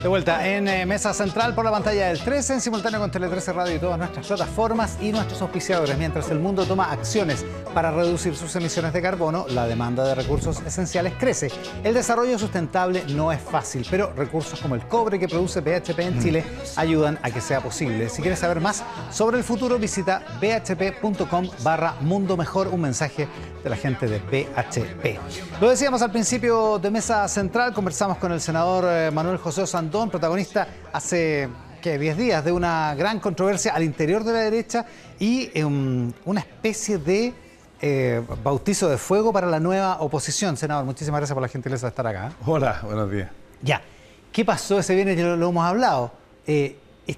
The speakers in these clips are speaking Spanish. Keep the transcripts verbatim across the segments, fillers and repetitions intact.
De vuelta en eh, Mesa Central por la pantalla del trece, en simultáneo con Tele trece Radio y todas nuestras plataformas y nuestros auspiciadores. Mientras el mundo toma acciones para reducir sus emisiones de carbono, la demanda de recursos esenciales crece. El desarrollo sustentable no es fácil, pero recursos como el cobre que produce B H P en Chile ayudan a que sea posible. Si quieres saber más sobre el futuro, visita b h p punto com barra mundo mejor, un mensaje de la gente de B H P. Lo decíamos al principio de Mesa Central, conversamos con el senador eh, Manuel José Osandón, protagonista hace ¿qué? diez días de una gran controversia al interior de la derecha y eh, um, una especie de eh, bautizo de fuego para la nueva oposición. Senador, muchísimas gracias por la gentileza de estar acá. Hola, buenos días. Ya, ¿qué pasó ese viernes? Ya lo, lo hemos hablado. Eh,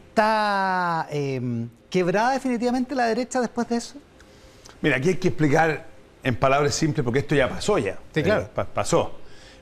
¿Está eh, quebrada definitivamente la derecha después de eso? Mira, aquí hay que explicar en palabras simples, porque esto ya pasó ya. Sí, claro. Eh, pa pasó.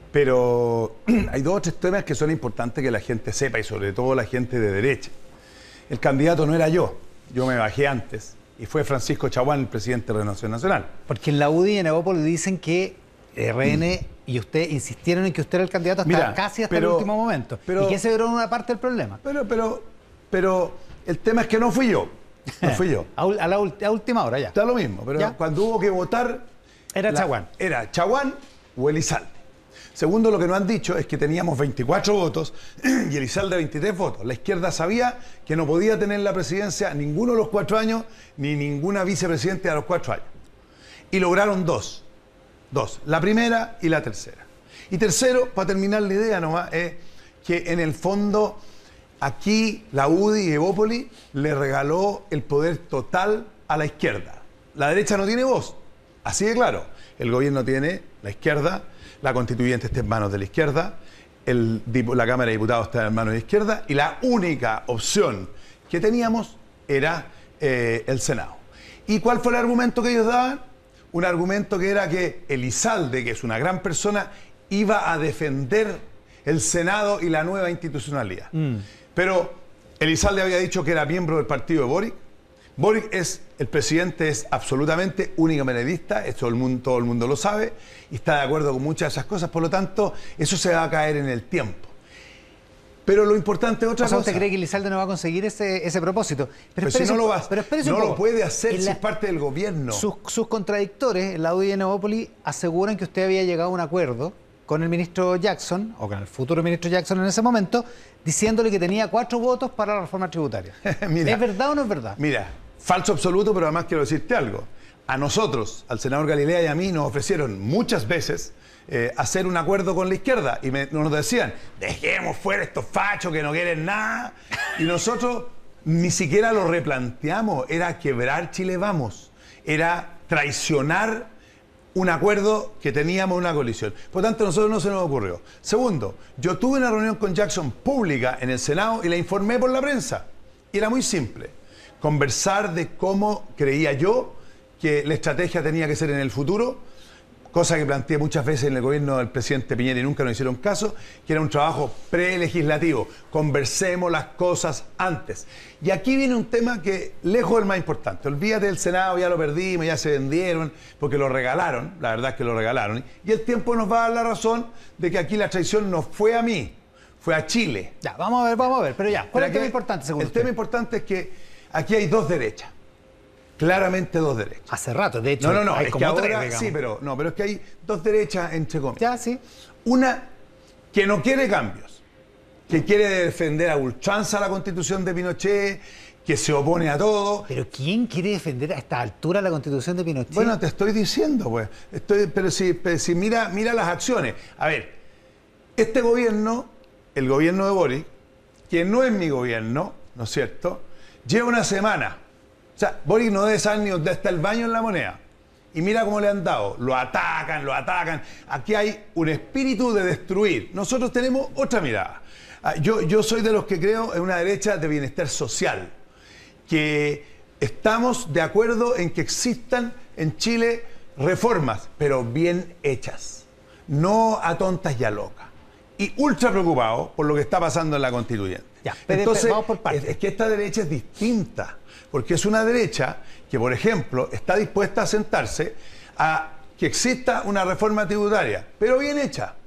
Pero hay dos o tres temas que son importantes que la gente sepa, y sobre todo la gente de derecha. El candidato no era yo, yo me bajé antes, y fue Francisco Chaguán, el presidente de Renovación Nacional. Porque en la U D I y en Evópolis dicen que R N mm. y usted insistieron en que usted era el candidato hasta Mira, casi hasta pero, el último momento. Pero, y que ese era una parte del problema. Pero, pero, pero el tema es que no fui yo. No fui yo. a, a la a última hora ya. Está lo mismo, pero ¿Ya? cuando hubo que votar... Era la, Chaguán. Era Chaguán o Elizalde. Segundo, lo que nos han dicho es que teníamos veinticuatro votos y Elizalde veintitrés votos. La izquierda sabía que no podía tener la presidencia ninguno de los cuatro años, ni ninguna vicepresidenta a los cuatro años. Y lograron dos. Dos. La primera y la tercera. Y tercero, para terminar la idea nomás, es que en el fondo aquí la U D I y Evópolis le regaló el poder total a la izquierda. La derecha no tiene voz. Así de claro, el gobierno tiene la izquierda, la constituyente está en manos de la izquierda, el, la Cámara de Diputados está en manos de la izquierda y la única opción que teníamos era eh, el Senado. ¿Y cuál fue el argumento que ellos daban? Un argumento que era que Elizalde, que es una gran persona, iba a defender el Senado y la nueva institucionalidad. Mm. Pero Elizalde había dicho que era miembro del partido de Boric. Boric es, el presidente es absolutamente unicameralista, todo el, mundo, todo el mundo lo sabe, y está de acuerdo con muchas de esas cosas, por lo tanto, eso se va a caer en el tiempo. Pero lo importante es otra o sea, cosa. ¿Usted cree que Elizalde no va a conseguir ese, ese propósito? Pero, pero si no lo va, pero no lo puede hacer si es parte del gobierno. Sus, sus contradictores, en la U D I y en Evópolis, aseguran que usted había llegado a un acuerdo con el ministro Jackson, o con el futuro ministro Jackson en ese momento, diciéndole que tenía cuatro votos para la reforma tributaria. Mira, ¿es verdad o no es verdad? Mira, falso absoluto, pero además quiero decirte algo. A nosotros, al senador Galilea y a mí, nos ofrecieron muchas veces eh, hacer un acuerdo con la izquierda. Y me, nos decían, dejemos fuera estos fachos que no quieren nada. Y nosotros ni siquiera lo replanteamos. Era quebrar Chile Vamos. Era traicionar un acuerdo que teníamos, una coalición. Por lo tanto, a nosotros no se nos ocurrió. Segundo, yo tuve una reunión con Jackson pública en el Senado y la informé por la prensa. Y era muy simple. Conversar de cómo creía yo que la estrategia tenía que ser en el futuro, cosa que planteé muchas veces en el gobierno del presidente Piñera y nunca nos hicieron caso, que era un trabajo prelegislativo. Conversemos las cosas antes. Y aquí viene un tema que, lejos del más importante, olvídate del Senado, ya lo perdimos, ya se vendieron, porque lo regalaron, la verdad es que lo regalaron, y el tiempo nos va a dar la razón de que aquí la traición no fue a mí, fue a Chile. Ya, vamos a ver, vamos a ver, pero ya, ¿cuál es el tema importante según El usted? tema importante es que aquí hay dos derechas. Claramente dos derechas. Hace rato, de hecho. No, no, no, hay es como que ahora, tres, sí, pero, no, pero es que hay dos derechas entre comillas. Ya, sí. Una que no quiere cambios, que quiere defender a ultranza la Constitución de Pinochet, que se opone a todo. Pero ¿quién quiere defender a esta altura la Constitución de Pinochet? Bueno, te estoy diciendo, pues. Estoy, pero si, pero si mira, mira las acciones. A ver, este gobierno, el gobierno de Boric, que no es mi gobierno, ¿no es cierto?, lleva una semana. O sea, Boric no debe saber ni dónde está el baño en La Moneda. Y mira cómo le han dado. Lo atacan, lo atacan. Aquí hay un espíritu de destruir. Nosotros tenemos otra mirada. Yo, yo soy de los que creo en una derecha de bienestar social. Que estamos de acuerdo en que existan en Chile reformas, pero bien hechas. No a tontas y a locas. Y ultra preocupado por lo que está pasando en la constituyente. Ya, pero entonces, vamos por partes. Es, es que esta derecha es distinta. Porque es una derecha que, por ejemplo, está dispuesta a sentarse a que exista una reforma tributaria, pero bien hecha.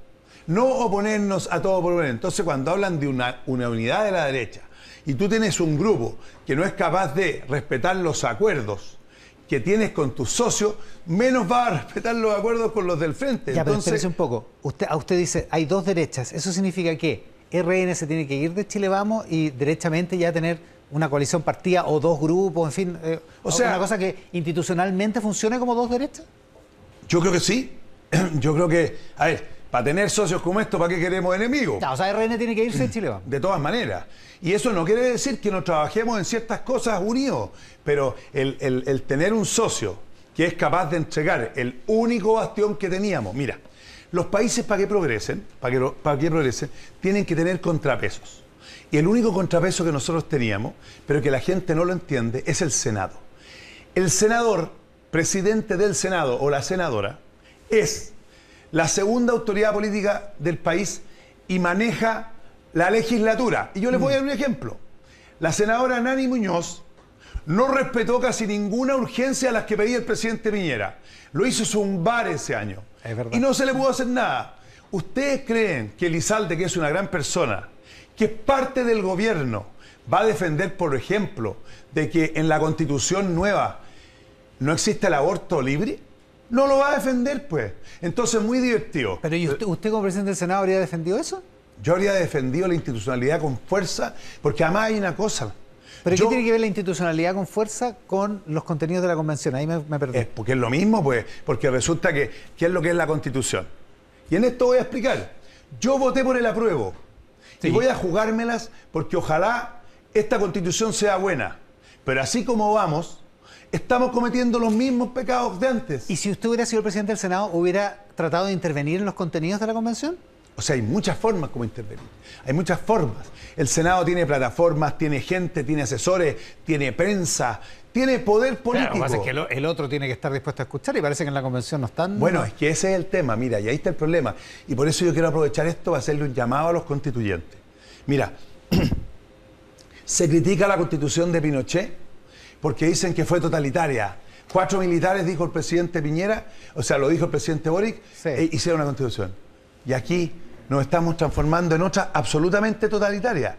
no oponernos a todo por poner. Entonces, cuando hablan de una, una unidad de la derecha y tú tienes un grupo que no es capaz de respetar los acuerdos que tienes con tus socios, menos va a respetar los acuerdos con los del frente. Ya, Entonces, pero espérese un poco. Usted, a usted dice, hay dos derechas. ¿Eso significa que R N se tiene que ir de Chile Vamos y derechamente ya tener una coalición partida o dos grupos, en fin, eh, o sea, una cosa que institucionalmente funcione como dos derechas? Yo creo que sí. Yo creo que, a ver, para tener socios como estos, ¿para qué queremos enemigos? Ya, o sea, R N tiene que irse de Chile Vamos. De todas maneras. Y eso no quiere decir que no trabajemos en ciertas cosas unidos, pero el, el, el tener un socio que es capaz de entregar el único bastión que teníamos. Mira, los países para que progresen, para que, para que progresen, tienen que tener contrapesos. Y el único contrapeso que nosotros teníamos, pero que la gente no lo entiende, es el Senado. El senador, presidente del Senado o la senadora, es la segunda autoridad política del país y maneja la legislatura. Y yo les voy a dar un ejemplo. La senadora Nani Muñoz no respetó casi ninguna urgencia a las que pedía el presidente Piñera. Lo hizo zumbar ese año. Es verdad. Y no se le pudo hacer nada. ¿Ustedes creen que Elizalde, que es una gran persona, que es parte del gobierno, va a defender, por ejemplo, de que en la Constitución nueva no existe el aborto libre? No lo va a defender, pues. Entonces, muy divertido. Pero ¿y usted, usted como presidente del Senado habría defendido eso? Yo habría defendido la institucionalidad con fuerza, porque además hay una cosa. ¿Pero Yo, qué tiene que ver la institucionalidad con fuerza con los contenidos de la convención? Ahí me, me perdí. Es porque es lo mismo, pues, porque resulta que, ¿qué es lo que es la Constitución? Y en esto voy a explicar. Yo voté por el apruebo. Sí. Y voy a jugármelas porque ojalá esta Constitución sea buena. Pero así como vamos, estamos cometiendo los mismos pecados de antes. ¿Y si usted hubiera sido el presidente del Senado, hubiera tratado de intervenir en los contenidos de la convención? O sea, hay muchas formas como intervenir. Hay muchas formas. El Senado tiene plataformas, tiene gente, tiene asesores, tiene prensa, tiene poder político. Claro, lo que pasa es que el, el otro tiene que estar dispuesto a escuchar y parece que en la convención no están... Bueno, no. Es que ese es el tema, mira, y ahí está el problema. Y por eso yo quiero aprovechar esto para hacerle un llamado a los constituyentes. Mira, se critica la Constitución de Pinochet porque dicen que fue totalitaria. Cuatro militares, dijo el presidente Piñera, o sea, lo dijo el presidente Boric, sí. e hicieron una Constitución. Y aquí nos estamos transformando en otra absolutamente totalitaria.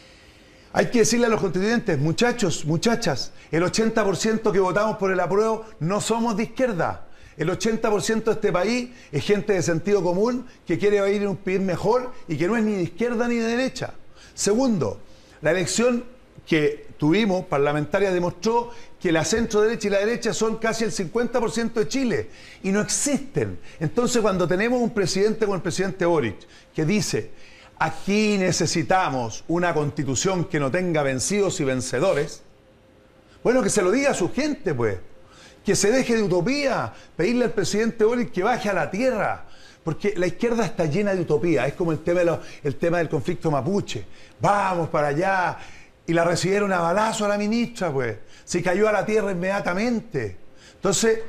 Hay que decirle a los constituyentes, muchachos, muchachas, el ochenta por ciento que votamos por el apruebo no somos de izquierda. El ochenta por ciento de este país es gente de sentido común que quiere ir a un país mejor y que no es ni de izquierda ni de derecha. Segundo, la elección que tuvimos parlamentaria demostró que la centro derecha y la derecha son casi el cincuenta por ciento de Chile y no existen. Entonces, cuando tenemos un presidente como el presidente Boric que dice, aquí necesitamos una constitución que no tenga vencidos y vencedores, bueno, que se lo diga a su gente, pues, que se deje de utopía, pedirle al presidente Boric que baje a la tierra, porque la izquierda está llena de utopía. Es como el tema, de lo, el tema del conflicto mapuche. Vamos para allá. Y la recibieron a balazo a la ministra, pues. Se cayó a la tierra inmediatamente. Entonces,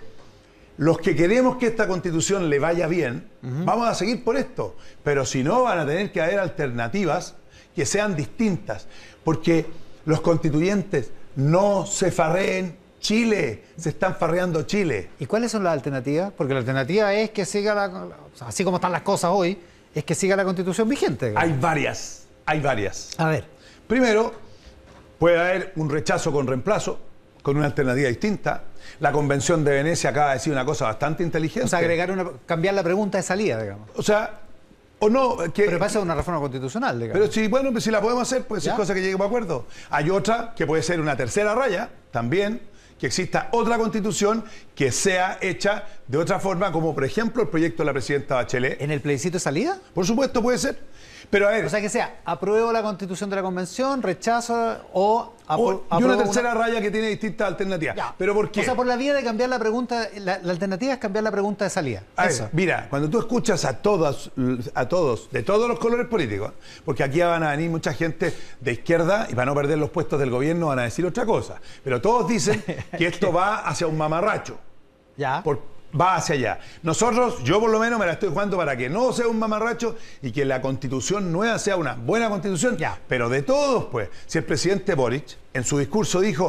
los que queremos que esta Constitución le vaya bien, uh-huh. vamos a seguir por esto. Pero si no, van a tener que haber alternativas que sean distintas. Porque los constituyentes no se farreen Chile, se están farreando Chile. ¿Y cuáles son las alternativas? Porque la alternativa es que siga la... O sea, así como están las cosas hoy, es que siga la Constitución vigente. Hay varias, hay varias. A ver. Primero, puede haber un rechazo con reemplazo, con una alternativa distinta. La Convención de Venecia acaba de decir una cosa bastante inteligente. O sea, agregar una, cambiar la pregunta de salida, digamos. O sea, o no... Que, pero pasa una reforma constitucional, digamos. Pero si, bueno, pues si la podemos hacer, pues es cosa que lleguemos a acuerdo. Hay otra que puede ser una tercera raya, también, que exista otra Constitución que sea hecha de otra forma, como por ejemplo el proyecto de la presidenta Bachelet. ¿En el plebiscito de salida? Por supuesto, puede ser. Pero a ver, o sea, que sea, apruebo la Constitución de la Convención, rechazo o... o y una tercera una... raya que tiene distintas alternativas. Ya. ¿Pero por qué? O sea, por la vía de cambiar la pregunta, la, la alternativa es cambiar la pregunta de salida. A ver, mira, cuando tú escuchas a todos, a todos, de todos los colores políticos, porque aquí van a venir mucha gente de izquierda y para no perder los puestos del gobierno van a decir otra cosa. Pero todos dicen que esto va hacia un mamarracho. Ya. Por, va hacia allá. Nosotros, yo por lo menos me la estoy jugando para que no sea un mamarracho y que la Constitución nueva sea una buena Constitución, ya. Pero de todos, pues, si el presidente Boric en su discurso dijo,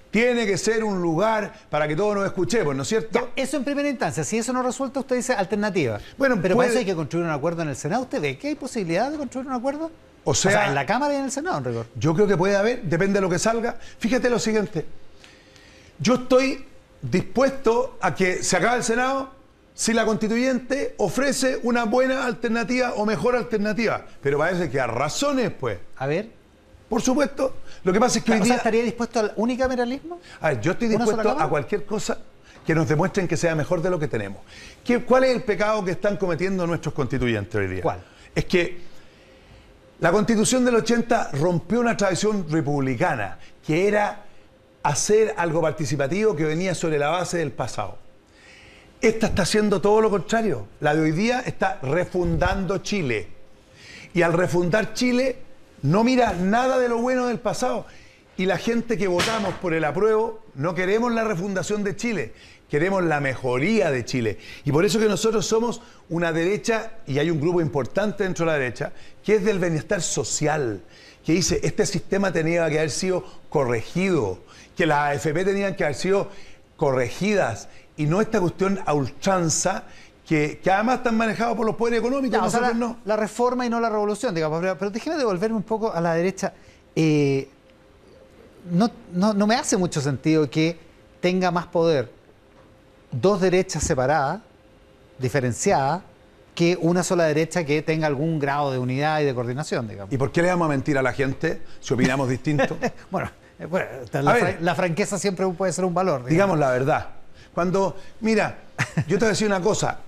Tiene que ser un lugar para que todos nos escuchemos, ¿no es cierto? Ya, eso en primera instancia. Si eso no resulta, usted dice alternativa. Bueno, pero puede... para eso hay que construir un acuerdo en el Senado. ¿Usted ve que hay posibilidad de construir un acuerdo? O sea, o sea en la Cámara y en el Senado, en rigor. Yo creo que puede haber, depende de lo que salga. Fíjate lo siguiente. Yo estoy dispuesto a que se acabe el Senado si la constituyente ofrece una buena alternativa o mejor alternativa. Pero parece que a razones, pues. A ver. Por supuesto. Lo que pasa es que hoy o día... sea, ¿estaría dispuesto al unicameralismo? A ver, yo estoy dispuesto a cualquier cosa que nos demuestren que sea mejor de lo que tenemos. ¿Qué, ¿Cuál es el pecado que están cometiendo nuestros constituyentes hoy día? ¿Cuál? Es que la Constitución del ochenta rompió una tradición republicana, que era hacer algo participativo que venía sobre la base del pasado. Esta está haciendo todo lo contrario. La de hoy día está refundando Chile. Y al refundar Chile, no mira nada de lo bueno del pasado. Y la gente que votamos por el apruebo, no queremos la refundación de Chile, queremos la mejoría de Chile. Y por eso que nosotros somos una derecha, y hay un grupo importante dentro de la derecha, que es del bienestar social, que dice, este sistema tenía que haber sido corregido, que las A F P tenían que haber sido corregidas, y no esta cuestión a ultranza, que, que además están manejados por los poderes económicos. Ya, o sea, la, no. la reforma y no la revolución, digamos. Pero, pero déjeme devolverme un poco a la derecha. Eh, no, no, no me hace mucho sentido que tenga más poder dos derechas separadas, diferenciadas, que una sola derecha que tenga algún grado de unidad y de coordinación, digamos. ¿Y por qué le vamos a mentir a la gente si opinamos distinto? Bueno, eh, bueno la, ver, la franqueza siempre puede ser un valor. Digamos, digamos la verdad. Cuando, mira, yo te voy a decir una cosa.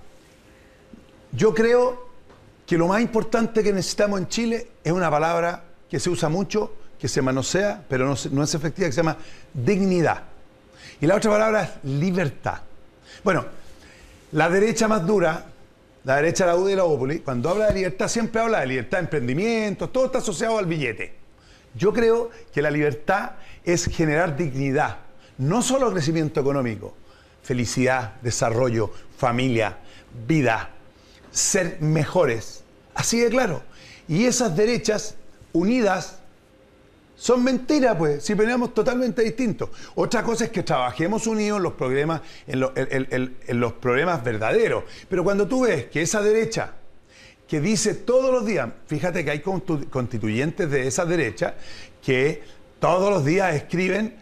Yo creo que lo más importante que necesitamos en Chile es una palabra que se usa mucho, que se manosea, pero no, no es efectiva, que se llama dignidad. Y la otra palabra es libertad. Bueno, la derecha más dura, la derecha de la U D y la Opoli, cuando habla de libertad siempre habla de libertad de emprendimiento, todo está asociado al billete. Yo creo que la libertad es generar dignidad, no solo crecimiento económico, felicidad, desarrollo, familia, vida, ser mejores. Así de claro. Y esas derechas unidas son mentiras, pues, si peleamos totalmente distintos. Otra cosa es que trabajemos unidos en los problemas, en, lo, en, en, en los problemas verdaderos. Pero cuando tú ves que esa derecha que dice todos los días, fíjate que hay constituyentes de esa derecha que todos los días escriben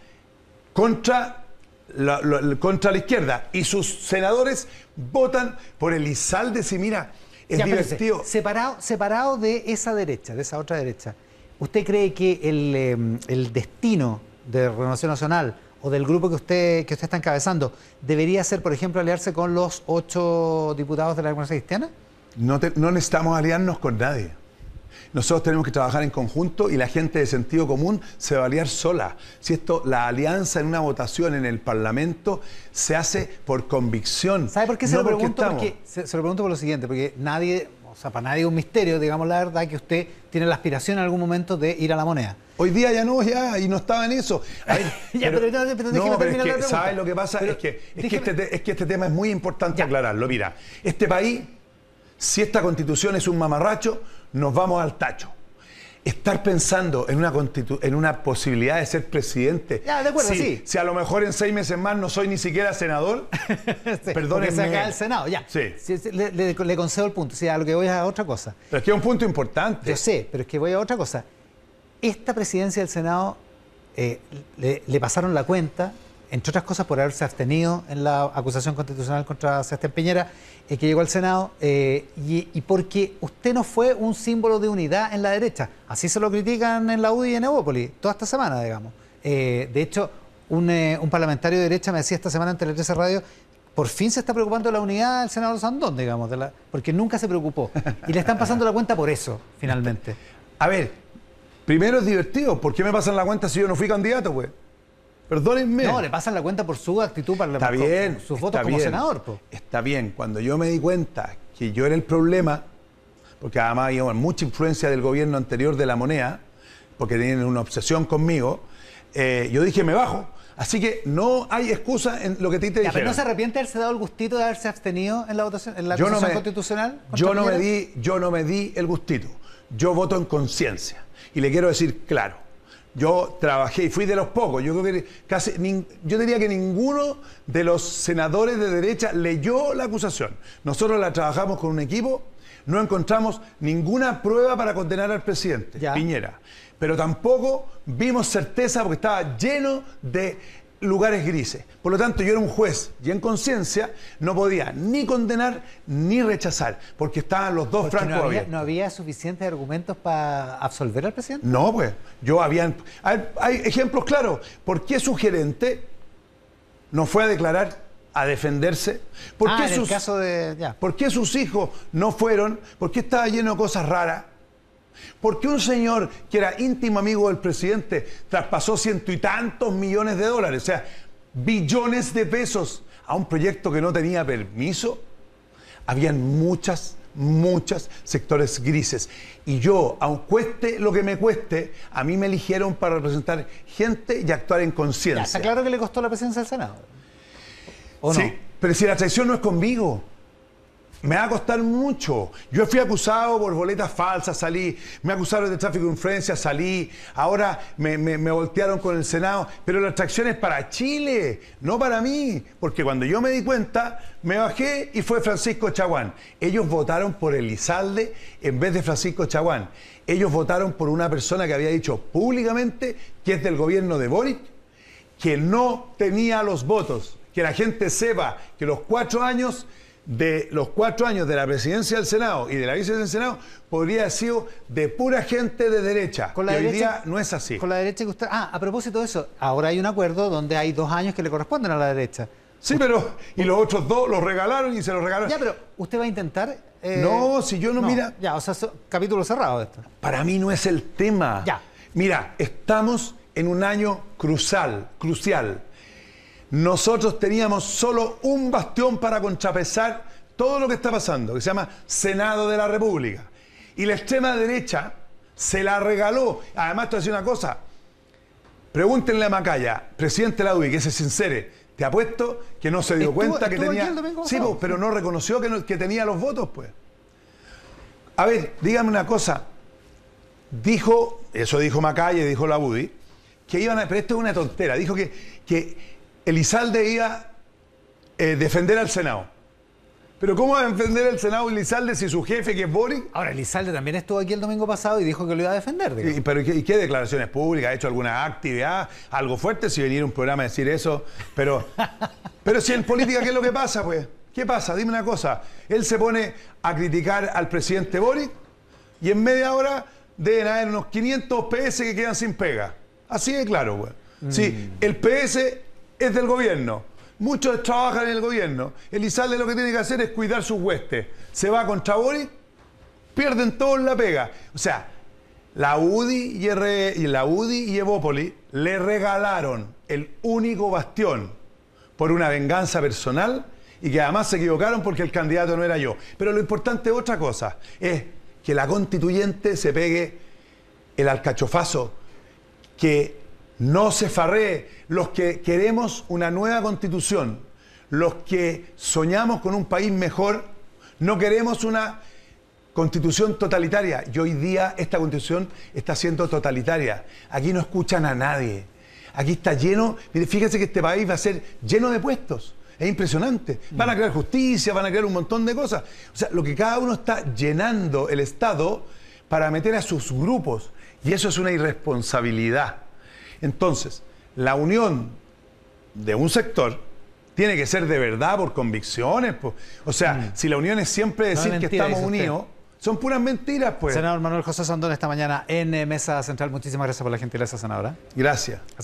contra La, la, contra la izquierda y sus senadores votan por Elizalde. Si mira, es ya, divertido. Espérese, separado, separado de esa derecha, de esa otra derecha, ¿usted cree que el, eh, el destino de Renovación Nacional o del grupo que usted, que usted está encabezando debería ser, por ejemplo, aliarse con los ocho diputados de la Democracia Cristiana? No, te, no necesitamos aliarnos con nadie. Nosotros tenemos que trabajar en conjunto y la gente de sentido común se va a aliar sola. Si esto, la alianza en una votación en el Parlamento se hace por convicción. ¿Sabe por qué se no lo pregunto? Porque, se, se lo pregunto por lo siguiente, porque nadie, o sea, para nadie es un misterio, digamos la verdad, que usted tiene la aspiración en algún momento de ir a la moneda. Hoy día ya no, ya, y no estaba en eso. A ver, ya, pero, pero, no, pero no, pero es que, ¿sabes lo que pasa? Pero, es, que, es, déjeme... que este, es que este tema es muy importante ya. aclararlo. Mira, este país, si esta constitución es un mamarracho, nos vamos al tacho. Estar pensando en una, constitu en una posibilidad de ser presidente. Ya, de acuerdo, si, sí. Si a lo mejor en seis meses más no soy ni siquiera senador, sí, perdónenme. Se acaba el Senado, ya. Sí. Sí, sí, le, le, le concedo el punto. Sí, a lo que voy a otra cosa. Pero es que es un punto importante. Yo sé, pero es que voy a otra cosa. Esta presidencia del Senado eh, le, le pasaron la cuenta, entre otras cosas por haberse abstenido en la acusación constitucional contra Sebastián Piñera, eh, que llegó al Senado, eh, y, y porque usted no fue un símbolo de unidad en la derecha. Así se lo critican en la U D y en Evópolis, toda esta semana, digamos. Eh, de hecho, un, eh, un parlamentario de derecha me decía esta semana en Tele trece Radio, por fin se está preocupando de la unidad del senador Sandón, digamos, de la, porque nunca se preocupó. Y le están pasando la cuenta por eso, finalmente. A ver, primero es divertido. ¿Por qué me pasan la cuenta si yo no fui candidato, pues? Perdónenme. No, le pasan la cuenta por su actitud, para está por, bien, por sus votos como bien, senador. Po. Está bien. Cuando yo me di cuenta que yo era el problema, porque además había mucha influencia del gobierno anterior de la moneda, porque tenían una obsesión conmigo, eh, yo dije, me bajo. Así que no hay excusa en lo que te, te ya, dijeron. ¿Pero no se arrepiente de haberse dado el gustito de haberse abstenido en la votación, en la yo acusación no me, constitucional? Yo no, me di, yo no me di el gustito. Yo voto en conciencia. Y le quiero decir claro, Yo trabajé y fui de los pocos. Yo creo que casi, yo diría que ninguno de los senadores de derecha leyó la acusación. Nosotros la trabajamos con un equipo, no encontramos ninguna prueba para condenar al presidente, ya. Piñera. Pero tampoco vimos certeza porque estaba lleno de lugares grises. Por lo tanto, yo era un juez y en conciencia no podía ni condenar ni rechazar, porque estaban los dos francos no había, abiertos. ¿No había suficientes argumentos para absolver al presidente? No, pues. Yo habían... Hay, hay ejemplos claros. ¿Por qué su gerente no fue a declarar, a defenderse? ¿Por ah, qué en sus, el caso de... Ya. ¿Por qué sus hijos no fueron? ¿Por qué estaba lleno de cosas raras? ¿Por qué un señor que era íntimo amigo del presidente traspasó ciento y tantos millones de dólares, o sea, billones de pesos, a un proyecto que no tenía permiso? Habían muchas, muchas sectores grises. Y yo, aun cueste lo que me cueste, a mí me eligieron para representar gente y actuar en conciencia. Está claro que le costó la presidencia del Senado. ¿O sí, no? Pero si la traición no es conmigo. Me va a costar mucho. Yo fui acusado por boletas falsas, salí. Me acusaron de tráfico de influencia, salí. Ahora me, me, me voltearon con el Senado. Pero la atracción es para Chile, no para mí. Porque cuando yo me di cuenta, me bajé y fue Francisco Chaguán. Ellos votaron por Elizalde en vez de Francisco Chaguán. Ellos votaron por una persona que había dicho públicamente que es del gobierno de Boric, que no tenía los votos. Que la gente sepa que los cuatro años... de los cuatro años de la presidencia del Senado y de la vicepresidencia del Senado podría haber sido de pura gente de derecha. Con la y derecha, hoy día no es así. Con la derecha que usted... Ah, a propósito de eso, ahora hay un acuerdo donde hay dos años que le corresponden a la derecha. Sí, pero... Y los otros dos los regalaron y se los regalaron. Ya, pero ¿usted va a intentar...? Eh... No, si yo no, no, mira... Ya, o sea, so, capítulo cerrado de esto. Para mí no es el tema. Ya. Mira, estamos en un año crucial, crucial. Nosotros teníamos solo un bastión para contrapesar todo lo que está pasando, que se llama Senado de la República. Y la extrema derecha se la regaló. Además, te voy a decir una cosa. Pregúntenle a Macaya, presidente de la U D I, que se sincere. Te apuesto que no se dio estuvo, cuenta que tenía... Sí, pues, pero no reconoció que, no, que tenía los votos, pues. A ver, dígame una cosa. Dijo, eso dijo Macaya y dijo la U D I, que iban a... Pero esto es una tontera. Dijo que... que Elizalde iba a eh, defender al Senado. Pero ¿cómo va a defender el Senado Elizalde si su jefe, que es Boric? Ahora, Elizalde también estuvo aquí el domingo pasado y dijo que lo iba a defender. ¿Y, pero, ¿y qué, ¿y qué declaraciones públicas? ¿Ha hecho alguna actividad? ¿Algo fuerte? Si venir a un programa a decir eso. Pero, pero si en política, ¿qué es lo que pasa, pues? ¿Qué pasa? Dime una cosa. Él se pone a criticar al presidente Boric y en media hora deben haber unos quinientos P S que quedan sin pega. Así de claro, pues. Mm. Sí, el P S... es del gobierno. Muchos trabajan en el gobierno. Elizalde lo que tiene que hacer es cuidar sus huestes. Se va contra Boric, pierden todos la pega. O sea, la U D I y, R y la U D I y Evópoli le regalaron el único bastión por una venganza personal y que además se equivocaron porque el candidato no era yo. Pero lo importante es otra cosa, es que la constituyente se pegue el alcachofazo, que no se farree. Los que queremos una nueva constitución, los que soñamos con un país mejor, no queremos una constitución totalitaria. Y hoy día esta constitución está siendo totalitaria. Aquí no escuchan a nadie. Aquí está lleno, mire, fíjese que este país va a ser lleno de puestos. Es impresionante. Van a crear justicia, van a crear un montón de cosas. O sea, lo que cada uno está llenando el Estado para meter a sus grupos. Y eso es una irresponsabilidad. Entonces, la unión de un sector tiene que ser de verdad por convicciones. Pues. O sea, mm. si la unión es siempre decir no, mentira, que estamos unidos, son puras mentiras, pues. Senador Manuel José Sandón, esta mañana en Mesa Central. Muchísimas gracias por la gentileza, senadora. Gracias.